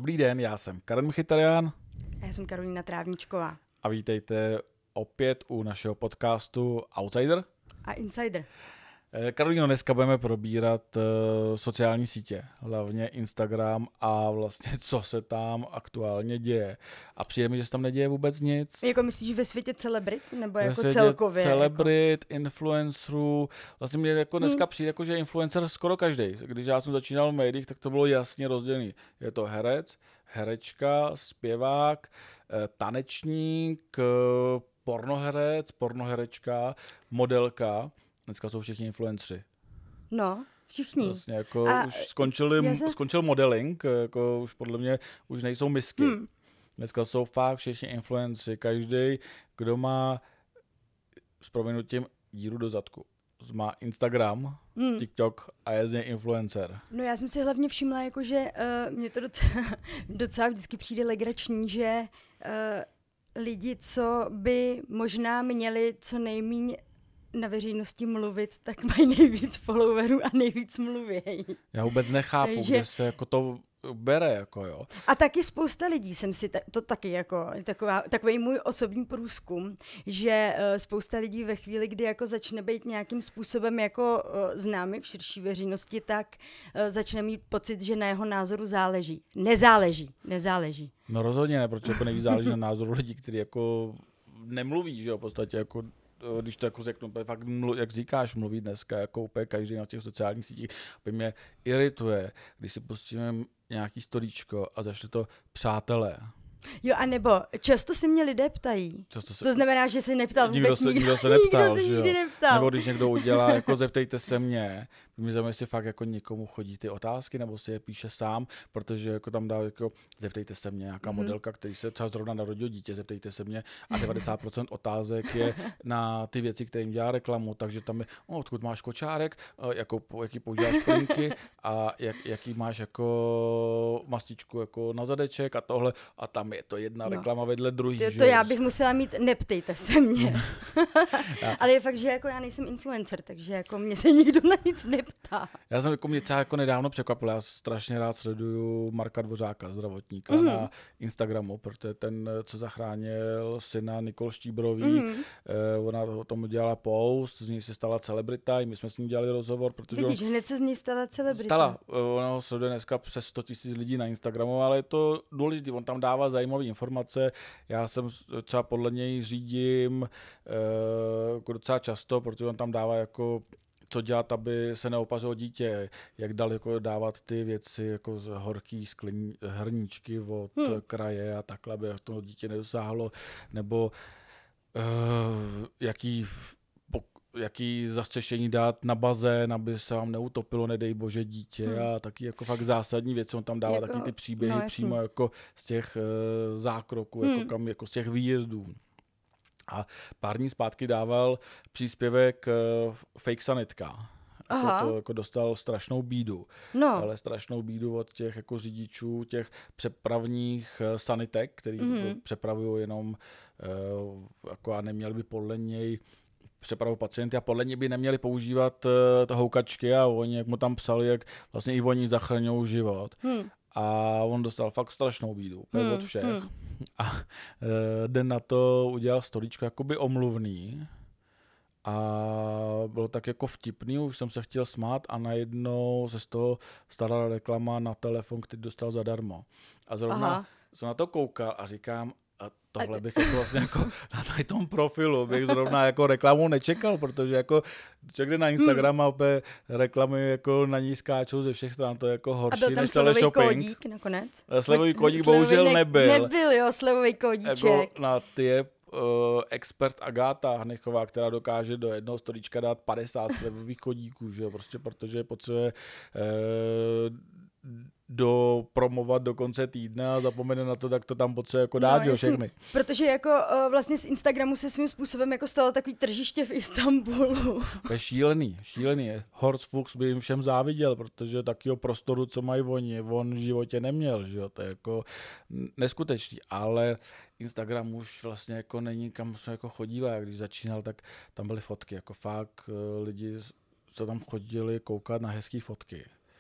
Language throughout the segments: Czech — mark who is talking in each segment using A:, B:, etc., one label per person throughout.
A: Dobrý den, já jsem Karen Michytarian.
B: A já jsem Karolína Trávničková.
A: A vítejte opět u našeho podcastu Outsider
B: a Insider.
A: Karolíno, dneska budeme probírat sociální sítě, hlavně Instagram a vlastně co se tam aktuálně děje. A přijde mi, že se tam neděje vůbec nic.
B: Jako myslíš ve světě celebrit? Nebo
A: ve
B: jako
A: světě
B: celkově?
A: Celebrit, influencerů. Vlastně mě jako dneska přijde, jako, že je influencer skoro každý. Když já jsem začínal v médiích, tak to bylo jasně rozdělený. Je to herec, herečka, zpěvák, tanečník, pornoherec, pornoherečka, modelka. Dneska jsou všichni influenceri.
B: No, všichni.
A: Vlastně jako už skončil modeling, jako už podle mě už nejsou misky. Dneska jsou fakt všichni influenceri. Každý, kdo má s prominutím díru do zadku. Má Instagram, TikTok a je z něj influencer.
B: No já jsem si hlavně všimla, jako, že mě to docela vždycky přijde legrační, že lidi, co by možná měli co nejméně na veřejnosti mluvit, tak mají nejvíc followerů a nejvíc mluvějí.
A: Já vůbec nechápu, takže kde se jako to bere, jako jo.
B: A taky spousta lidí, jsem si to taky jako takový můj osobní průzkum, že spousta lidí ve chvíli, kdy jako začne být nějakým způsobem jako známý v širší veřejnosti, tak začne mít pocit, že na jeho názoru záleží. Nezáleží.
A: No rozhodně ne, protože jako nejvíc záleží na názoru lidí, kteří jako nemluví, že jo, v podstatě jako když to jako řeknu, fakt jak říkáš, mluví dneska jako úplně každý na těch sociálních sítích, aby mě irituje, když si pustíme nějaký storíčko a začne to přátelé.
B: Jo, a nebo často si mě lidé ptají. To znamená, že si neptal vůbec
A: nikdo se neptal,
B: nikdo se nikdy neptal.
A: Nebo když někdo udělá, jako zeptejte se mě, mě zajímá, jestli fakt jako někomu chodí ty otázky, nebo si je píše sám, protože jako tam dá jako zeptejte se mě, nějaká modelka, který se třeba zrovna narodil dítě, zeptejte se mě a 90% otázek je na ty věci, které jim dělá reklamu, takže tam je, odkud máš kočárek, jaký používáš plynky a jaký máš jako mastičku jako na zadeček a tohle a tam je to jedna reklama vedle druhý.
B: To já bych musela mít, neptejte se mě. Ale je fakt, že jako já nejsem influencer, takže jako mě se nikdo na nic neptá.
A: Já jsem mě třeba jako nedávno překvapil, já strašně rád sleduju Marka Dvořáka, zdravotníka na Instagramu, protože ten, co zachránil syna Nikol Štíbrový, ona o tom dělala post, z ní se stala celebrita, i my jsme s ní dělali rozhovor, protože
B: vidíš, hned se z ní stala celebrita.
A: Ona ho sleduje dneska přes 100 000 lidí na Instagramu, ale je to důležité, on tam dává zajímavé informace, já jsem třeba podle něj řídím jako docela často, protože on tam dává jako co dělat, aby se neopařilo dítě, jak daleko dávat ty věci jako z horký hrníčky od kraje a takhle, aby to dítě nedosáhlo, nebo jaký zastřešení dát na bazén, aby se vám neutopilo, nedej bože, dítě a taky jako fakt zásadní věci. On tam dává jako, taky ty příběhy přímo jako z těch zákroků, jako z těch výjezdů. A pár dní zpátky dával příspěvek Fake sanitka. To jako dostal strašnou bídu. Ale strašnou bídu od těch jako řidičů, těch přepravních sanitek, který přepravují jenom jako a neměli by podle něj přepravu pacienty a podle něj by neměli používat houkačky a oni, jak mu tam psali, jak vlastně i oni zachraňují život. A on dostal fakt strašnou bídu od všech. A den na to udělal storíčko jakoby omluvný a bylo tak jako vtipný, už jsem se chtěl smát a najednou se z toho stala reklama na telefon, který dostal zadarmo. A zrovna jsem na to koukal a říkám, a tohle bych jako vlastně jako na tady tom profilu bych zrovna jako reklamu nečekal, protože jako člověk jde na Instagram a opět reklamy jako na ní skáčou ze všech stran, to je jako horší než teleshopping. A byl tam slevový
B: kódík nakonec?
A: Slevový kódík bohužel nebyl.
B: Nebyl, jo, slevový kódíček.
A: Jako na ty expert Agáta Hnychová, která dokáže do jednoho storíčka dát 50 slevových kódíků, že jo, prostě protože potřebuje promovat do konce týdne a zapomene na to, tak to tam potřebuje jako dát, jo, všechny.
B: Protože jako vlastně z Instagramu se svým způsobem jako stalo takový tržiště v Istanbulu.
A: To je šílený. Horst Fuchs by jim všem záviděl, protože takového prostoru, co mají oni, on v životě neměl, že jo, to je jako neskutečný, ale Instagram už vlastně jako není, kam se jako chodívá, jak když začínal, tak tam byly fotky, jako fakt lidi se tam chodili koukat na hezký fotky.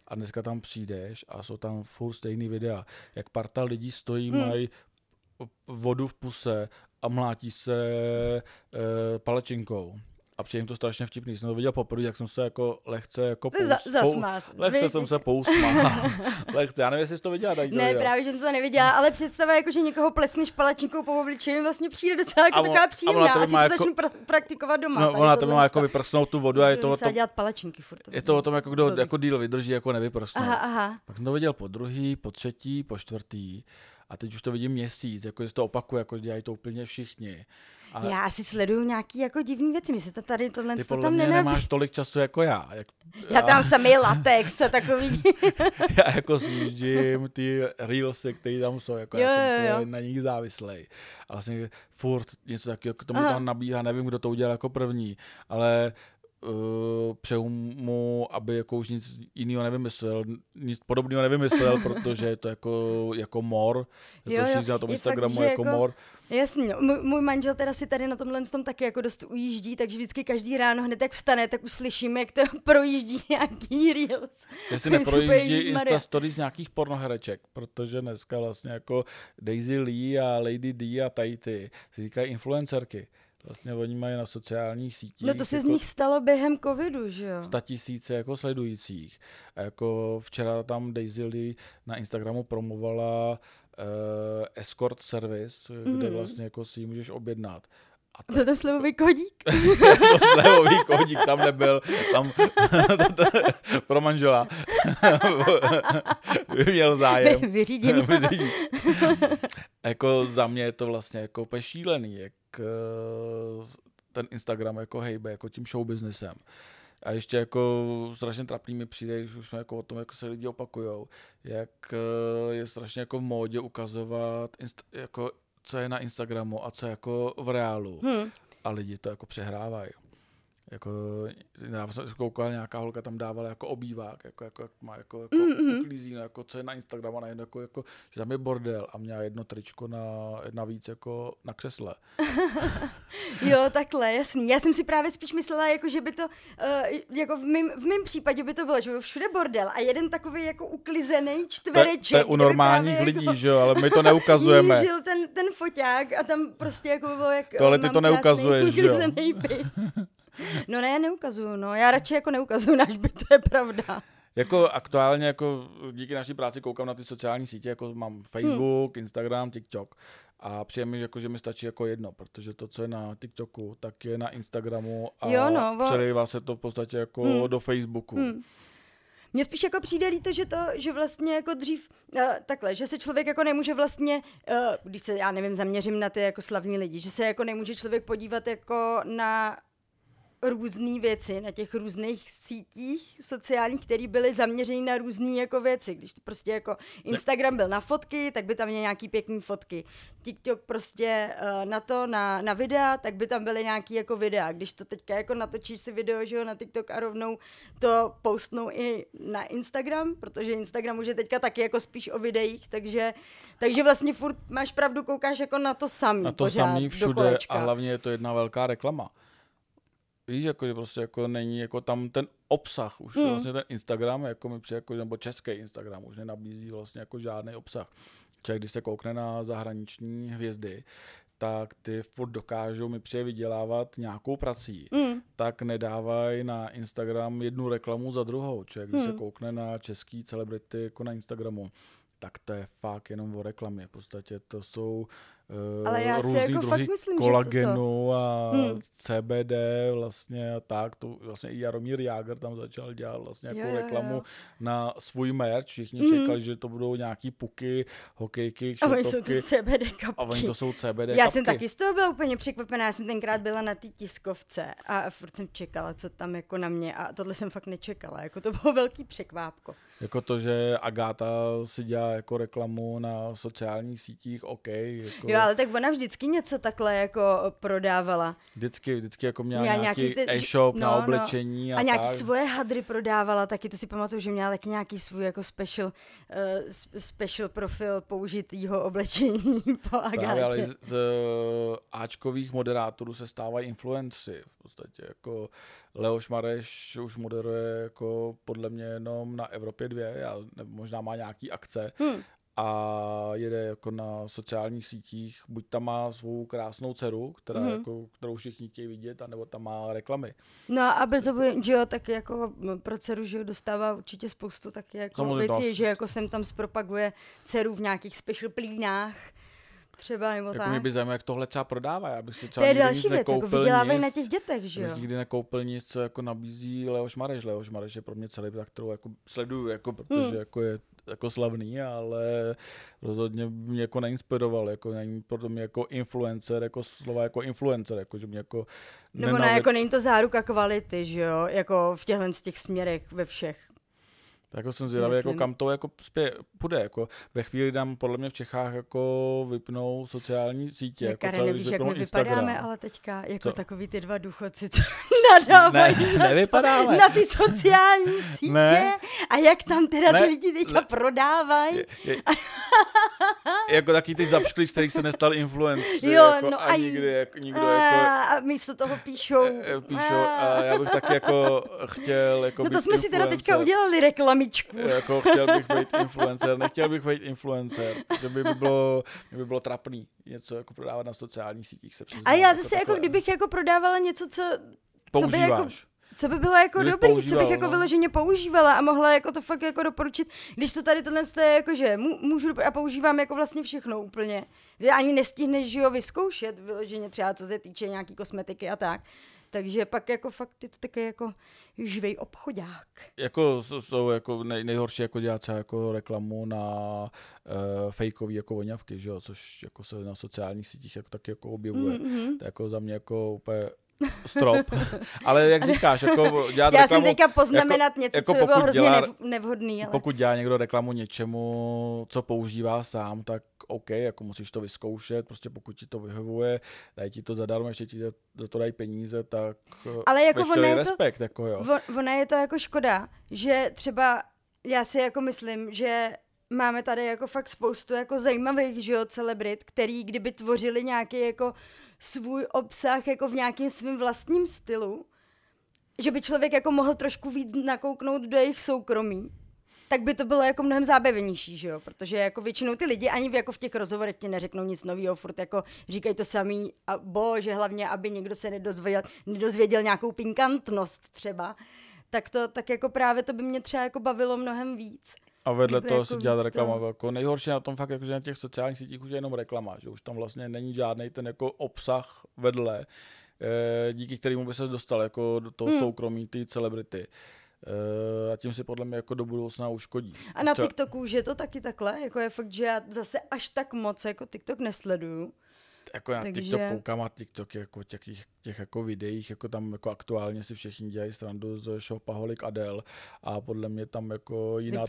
A: a dneska tam přijdeš a jsou tam furt stejný videa, jak parta lidí stojí, mají vodu v puse a mlátí se palečinkou. A přijde jim to strašně vtipný. Jsem to viděl poprvé, jak jsem se jako lehce jako lehce jsem se pousmál. Lehce, já nevím, jestli jsi to viděla.
B: Ne, právě, že jsem to neviděla, ale představa, jako, že někoho plesneš palačinkou po obličeji, vlastně přijde docela jako taková příjemná. A si to začnu praktikovat doma.
A: No, ona to má jako vyprsnout tu vodu a je to o tom,
B: dělat palačinky furt.
A: Je to o tom, jako kdo jako díl vydrží, jako nevyprsnout.
B: Aha.
A: Pak jsem to viděl po druhý, po třetí, po čtvrtý a teď už to vidím měsíc, jako že to opakuje, jako dělají to úplně všichni.
B: Ale já asi sleduju nějaký jako divný věci, my se to tady tohle
A: ty
B: tam
A: nemáš tolik času jako já.
B: Já tam samý latex a takový.
A: Já jako sjíždím ty reelsy, které tam jsou, jako já jsem na nich závislej. A vlastně furt něco takového k tomu tam nabíhá, nevím, kdo to udělal jako první, ale přeju mu, aby jako už nic jiného nevymyslel, nic podobného nevymyslel, protože je to jako mor, je to šíří na tom Instagramu fakt, jako mor.
B: Jasně, můj manžel teda si tady na tomhle tom taky jako dost ujíždí, takže vždycky každý ráno hned jak vstane, tak už slyším, jak to projíždí nějaký reels.
A: Jestli neprojíždí Insta stories nějakých pornohereček, protože dneska vlastně jako Daisy Lee a Lady D a tady ty si říkají influencerky. Vlastně oni mají na sociálních sítích.
B: No to se jako z nich stalo během covidu, že jo?
A: 100 000 jako sledujících. A jako včera tam Daisy Lee na Instagramu promovala escort service, kde vlastně jako si ji můžeš objednat.
B: Byl to slevový kódík?
A: To slevový kódík tam nebyl. Tam pro manžela. Měl zájem.
B: Vyřídím.
A: Jako za mě je to vlastně jako úplně šílený, jak ten Instagram jako hejbe, jako tím showbiznesem. A ještě jako strašně trapný mi přijde, když už jsme jako o tom, jako se lidi opakujou, jak je strašně jako v módě ukazovat jako co je na Instagramu a co je jako v reálu. A lidi to jako přehrávají. Jako, já jsem koukal, nějaká holka tam dávala jako obývák, jako má jako uklízí, jako co je na Instagramu, a najednou jako, že tam je bordel a měla jedno tričko navíc jako na křesle.
B: Jo, takhle, jasný. Já jsem si právě spíš myslela, jako, že by to, jako v mém případě by to bylo, že by všude bordel a jeden takový jako uklizený čtvereček.
A: To je u normálních lidí, jako, že jo, ale my to neukazujeme.
B: Mířil ten foťák a tam prostě jako bylo jak
A: to, ale ty to neukazuješ, že jo.
B: No ne, neukazuju, no. Já radši jako neukazuju náš byt, to je pravda.
A: Jako aktuálně, jako díky naší práci koukám na ty sociální sítě, jako mám Facebook, Instagram, TikTok. A přijde mi, jako, že mi stačí jako jedno, protože to, co je na TikToku, tak je na Instagramu a přelívá se to v podstatě jako do Facebooku.
B: Mně spíš jako přijde líto, že vlastně jako dřív takhle, že se člověk jako nemůže vlastně, když se, já nevím, zaměřím na ty jako slavní lidi, že se jako nemůže člověk podívat jako na různé věci na těch různých sítích sociálních, které byly zaměřené na různé jako věci. Když to prostě jako Instagram byl na fotky, tak by tam měly nějaký pěkný fotky. TikTok prostě na videa, tak by tam byly nějaký jako videa. Když to teďka jako natočíš si video, že jo, na TikTok a rovnou to postnou i na Instagram, protože Instagram už je teďka taky jako spíš o videích, takže vlastně furt máš pravdu, koukáš jako na to samý.
A: Na to samý všude a hlavně je to jedna velká reklama. Víš, jako, že prostě jako není jako tam ten obsah, už vlastně ten Instagram, jako mi přijde, jako, nebo český Instagram už nenabízí vlastně jako žádný obsah. Člověk, když se koukne na zahraniční hvězdy, tak ty furt dokážou mi přijde vydělávat nějakou prací, tak nedávají na Instagram jednu reklamu za druhou. Člověk, když se koukne na český celebrity jako na Instagramu, tak to je fakt jenom o reklamě. V podstatě to jsou různý jako druhy kolagenu a CBD vlastně a tak. To vlastně i Jaromír Jágr tam začal dělat vlastně jako reklamu na svůj merch. Všichni čekali, že to budou nějaký puky, hokejky, kšeltovky.
B: A oni jsou to CBD kapky.
A: A oni to jsou CBD kapky.
B: Já jsem taky z toho byla úplně překvapená. Já jsem tenkrát byla na té tiskovce a furt jsem čekala, co tam jako na mě. A tohle jsem fakt nečekala. Jako to bylo velký překvápko.
A: Jako to, že Agáta si dělá jako reklamu na sociálních sítích, OK. Jako...
B: Jo, Jo, ale tak ona vždycky něco takhle jako prodávala.
A: Vždycky jako měla nějaký e-shop na oblečení
B: a nějaký svoje hadry prodávala taky, to si pamatuju, že měla taky nějaký svůj jako special profil použitýho oblečení po Agátě.
A: Právě, ale z áčkových moderátorů se stávají influenci. V podstatě jako Leoš Mareš už moderuje jako podle mě jenom na Evropě 2, možná má nějaký akce a jede jako na sociálních sítích, buď tam má svou krásnou dceru, kterou všichni chtějí vidět, anebo tam má reklamy.
B: No a brzo bude, že jo, tak jako pro dceru, že jo, dostává určitě spoustu taky jako věcí, že jako sem tam zpropaguje dceru v nějakých special plínách. Třeba nebo
A: jako
B: tak.
A: Mě by zajímalo, jak tohle třeba prodává. Já bych si třeba
B: to je další věc, jako vydělávají na těch dětech, že jo?
A: Nikdy nekoupil nic, co jako nabízí Leoš Mareš. Leoš Mareš je pro mě celebita, kterou jako sleduju, jako, protože jako je jako slavný, ale rozhodně mě jako neinspiroval, jako není pro mě jako influencer, jako slova jako influencer, jako že mě jako
B: nebo ne, jako není to záruka kvality, že jo? Jako v těchhle z těch směrech ve všech.
A: Tak jako jsem zvědavý, jako kam to jako půjde. Jako ve chvíli dám podle mě v Čechách jako vypnou sociální sítě.
B: Jako Karen, nevíš, jak my vypadáme, ale teďka jako takový ty dva důchodci, co nadávají
A: nevypadáme.
B: Na ty sociální sítě ne. A jak tam teda ty lidi teďka prodávají.
A: Jako taky ty zapšklí, z kterých se nestal influencer.
B: Jo,
A: jako,
B: no
A: a nikdo jako...
B: A místo toho píšou.
A: A já bych taky jako chtěl jako
B: no to jsme si teda teďka udělali reklamičku.
A: Jako chtěl bych být influencer, nechtěl bych být influencer. Že by bylo trapný něco jako prodávat na sociálních sítích.
B: A já zase jako kdybych jako prodávala něco, co by jako... Co by bylo jako dobrý, co bych jako vyloženě používala a mohla jako to fakt jako doporučit, když to tady tohle je jako, že můžu a používám jako vlastně všechno úplně. Že ani nestihneš, že jo, vyzkoušet vyloženě třeba co se týče nějaký kosmetiky a tak. Takže pak jako fakt je to taky jako živej obchodák.
A: Jako jsou jako nejhorší jako dělat třeba jako reklamu na fejkový jako voňavky, že jo, což jako se na sociálních sítích jako taky jako objevuje. To je jako za mě jako úplně strop. Ale jak říkáš, jako dělat
B: já
A: reklamu...
B: jsem teďka poznamenat něco, co by bylo hrozně nevhodný. Ale...
A: Pokud dělá někdo reklamu něčemu, co používá sám, tak OK, jako musíš to vyzkoušet, prostě pokud ti to vyhovuje, dají ti to zadarmo, ještě ti za to dají peníze, tak
B: ale jako
A: respekt.
B: To,
A: jako jo.
B: Ona je to jako škoda, že třeba já si jako myslím, že máme tady jako fakt spoustu jako zajímavých, že jo, celebrit, který kdyby tvořili nějaký jako svůj obsah jako v nějakém svým vlastním stylu, že by člověk jako mohl trošku víc nakouknout do jejich soukromí, tak by to bylo jako mnohem zábavnější, že jo, protože jako většinou ty lidi ani jako v těch rozhovorech ti neřeknou nic novýho, furt jako říkají to samý a bože hlavně, aby někdo se nedozvěděl nějakou pikantnost třeba, tak jako právě to by mě třeba jako bavilo mnohem víc.
A: A vedle toho si dělat reklama. Jako nejhorší na tom fakt, jako, že na těch sociálních sítích už je jenom reklama, že už tam vlastně není žádný ten jako obsah vedle, díky kterému by se dostal jako do toho soukromí ty celebrity. A tím si podle mě jako do budoucna uškodí.
B: A na TikToku už je to taky takhle? Jako je fakt, že já zase až tak moc jako TikTok nesleduju.
A: Jako na TikTok koukám a TikTok jako těch jako videích, jako tam jako aktuálně si všichni dělají srandu z Shopaholic Adele a podle mě tam jako jiná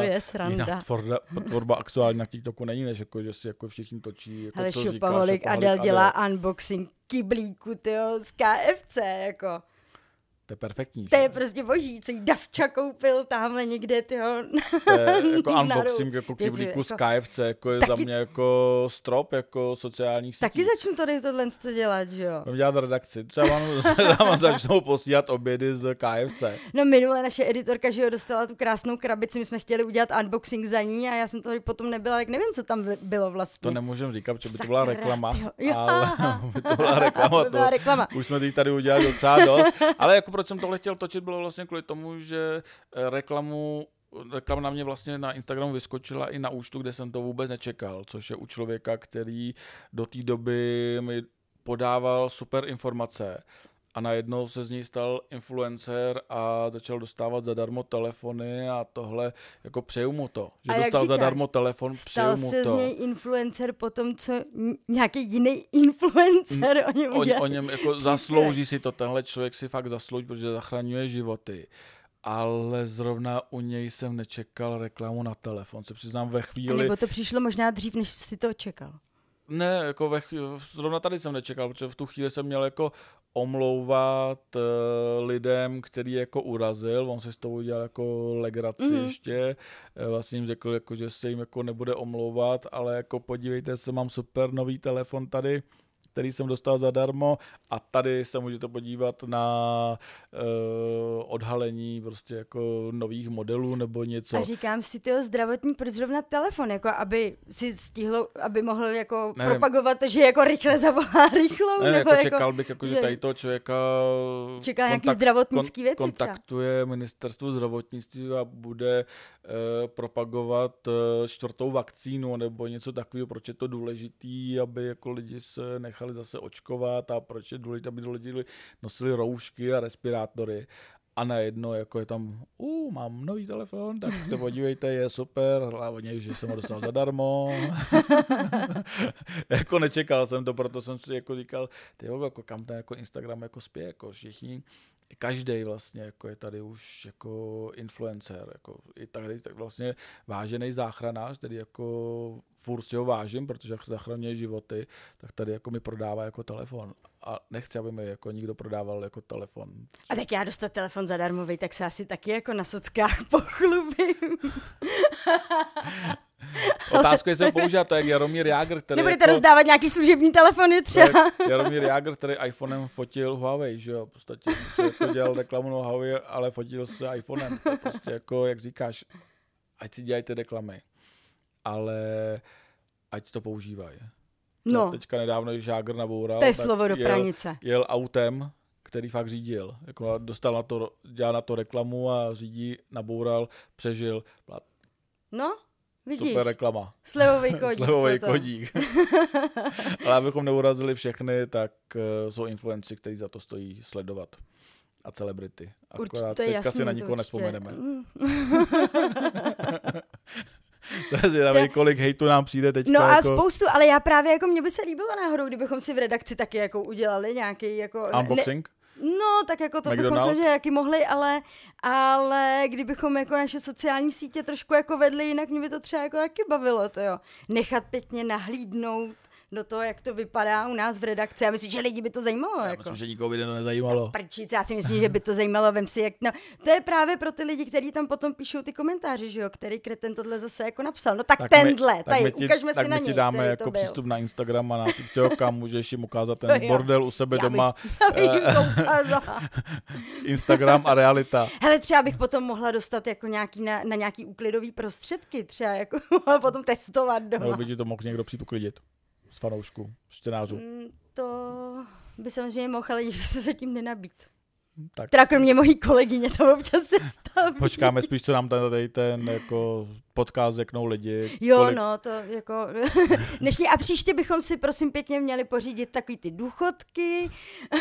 A: tvorba aktuálně na TikToku není, než jako, že si jako všichni točí. Jako,
B: hele, Shopaholic Adele dělá unboxing kyblíku, tyjo, z KFC, jako.
A: To je perfektní.
B: To je prostě boží, co jí Davča koupil tamhle někde, tyho.
A: To je jako unboxing jako kyblíku z KFC, jako je taky, za mě jako strop, jako sociálních sítí.
B: Taky začnu tady tohle dělat, že jo?
A: Mám dělat redakci, třeba vám začnou posílat obědy z KFC.
B: No minule naše editorka, že jo, dostala tu krásnou krabici, my jsme chtěli udělat unboxing za ní a já jsem tady potom nebyla, tak nevím, co tam bylo vlastně.
A: To nemůžem říkat, protože by to byla reklama, ale by to byla reklama, už jsme tady udělali docela dost, ale jako proč jsem tohle chtěl točit, bylo vlastně kvůli tomu, že reklama na mě vlastně na Instagramu vyskočila i na účtu, kde jsem to vůbec nečekal, což je u člověka, který do té doby mi podával super informace a najednou se z něj stal influencer a začal dostávat zadarmo telefony a tohle, jako přeju mu to. Že dostal zadarmo telefon, přeju mu to.
B: Stal se z něj influencer potom, co nějaký jiný influencer o něm udělal.
A: O něm jako zaslouží si to, tenhle člověk si fakt zaslouží, protože zachraňuje životy. Ale zrovna u něj jsem nečekal reklamu na telefon, se přiznám ve chvíli.
B: A nebo to přišlo možná dřív, než si to čekal.
A: Ne, jako zrovna tady jsem nečekal, protože v tu chvíli jsem měl jako omlouvat lidem, který jako urazil, on si s tou udělal jako legraci ještě, vlastně jim řekl, jako, že se jim jako nebude omlouvat, ale jako podívejte se, mám super nový telefon tady, který jsem dostal zadarmo a tady se můžete podívat na odhalení prostě jako nových modelů nebo něco.
B: A říkám si, tyho zdravotní, proč zrovna telefon, jako aby si stihlo, aby mohl jako propagovat, že jako rychle zavolá rychlou.
A: Ne,
B: nebo
A: jako čekal bych, jako, že tady toho člověka
B: čeká nějaký zdravotnický věci
A: kontaktuje ministerstvo zdravotnictví a bude propagovat 4. vakcínu nebo něco takového, proč je to důležitý, aby jako lidi se nechali zase očkovat a proč je důležité, aby lidi nosili roušky a respirátory. A najednou jako je tam, mám nový telefon, tak se podívejte, je super, hlavně, že jsem ho dostal zadarmo. Jako nečekal jsem to, proto jsem si jako říkal, jako kam ten jako Instagram jako spěje, jako všichni, každý vlastně jako je tady už jako influencer, jako i tady tak vlastně vážený záchranář, tedy jako furt si ho vážím, protože zachraňuje životy, tak tady jako mi prodává jako telefon. A nechci, aby mi jako nikdo prodával jako telefon.
B: A tak já dostat telefon zadarmový, tak se asi taky jako na sockách pochlubím.
A: Otázku, jestli ho používá, to je Jaromír Jágr, který
B: nebudete jako rozdávat nějaký služební telefony třeba.
A: Jaromír Jágr, který iPhonem fotil Huawei, že jo, v podstatě jako dělal reklamu na Huawei, ale fotil se iPhonem. To prostě jako, jak říkáš, ať si dělají ty reklamy, ale ať to používají.
B: No.
A: Teďka nedávno, když Jágr naboural,
B: to je slovo do pranice.
A: Jel autem, který fakt řídil. Jako dostal dělal na to reklamu a řídí, naboural, přežil.
B: No, vidíš.
A: Super reklama.
B: Slevový
A: kodík. Ale abychom neurazili všechny, tak jsou influenci, kteří za to stojí sledovat. A celebrity. Akorát teďka jasný, si na nikoho nevzpomeneme. Kolik hejtu nám přijde teďka.
B: No a
A: jako
B: spoustu, ale já právě jako mě by se líbilo náhodou, kdybychom si v redakci taky jako udělali nějaký jako
A: unboxing.
B: No, tak jako to
A: McDonald's?
B: bychom se jaký mohli, ale kdybychom jako naše sociální sítě trošku jako vedli, jinak mě by to třeba jako taky bavilo, to jo. Nechat pěkně nahlídnout do toho, jak to vypadá u nás v redakci. Já myslím, že lidi by to zajímalo.
A: Já myslím, že nikoho by to nezajímalo.
B: Prčic, já si myslím, že by to zajímalo. Vem si, jak, no, to je právě pro ty lidi, kteří tam potom píšou ty komentáře, že jo, který kreten tohle zase jako napsal. No tak tenhle, tady, ukažme si na něj.
A: Tak my ti dáme jako přístup na Instagram a na TikTok, kam můžeš jim ukázat ten bordel u sebe doma. Instagram a realita.
B: Hele, třeba bych potom mohla dostat jako nějaký na nějaký úklidový prostředky, třeba jako mohla potom testovat doma.
A: Nebo by ti to mohl někdo přijít uklidit. Z fanoušku, čtenářů.
B: To by samozřejmě mohl, ale nikdo se zatím nenabít.
A: Tak
B: teda kromě mojí kolegyně to občas se staví.
A: Počkáme spíš, co nám tady ten jako podcast řeknou lidi.
B: Jo, no, to jako dnešní a příště bychom si prosím pěkně měli pořídit takový ty důchodky,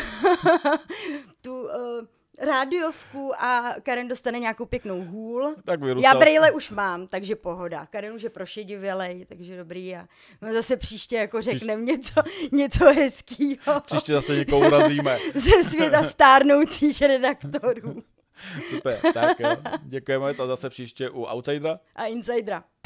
B: tu rádiovku a Karen dostane nějakou pěknou hůl.
A: Tak
B: já brejle už mám, takže pohoda. Karen už je prošedivělej, takže dobrý a zase příště jako řekneme něco hezkýho.
A: Příště zase někoho urazíme.
B: Ze světa stárnoucích redaktorů.
A: Super, tak jo. Děkujeme, to zase příště u Outsidera
B: a Insidera.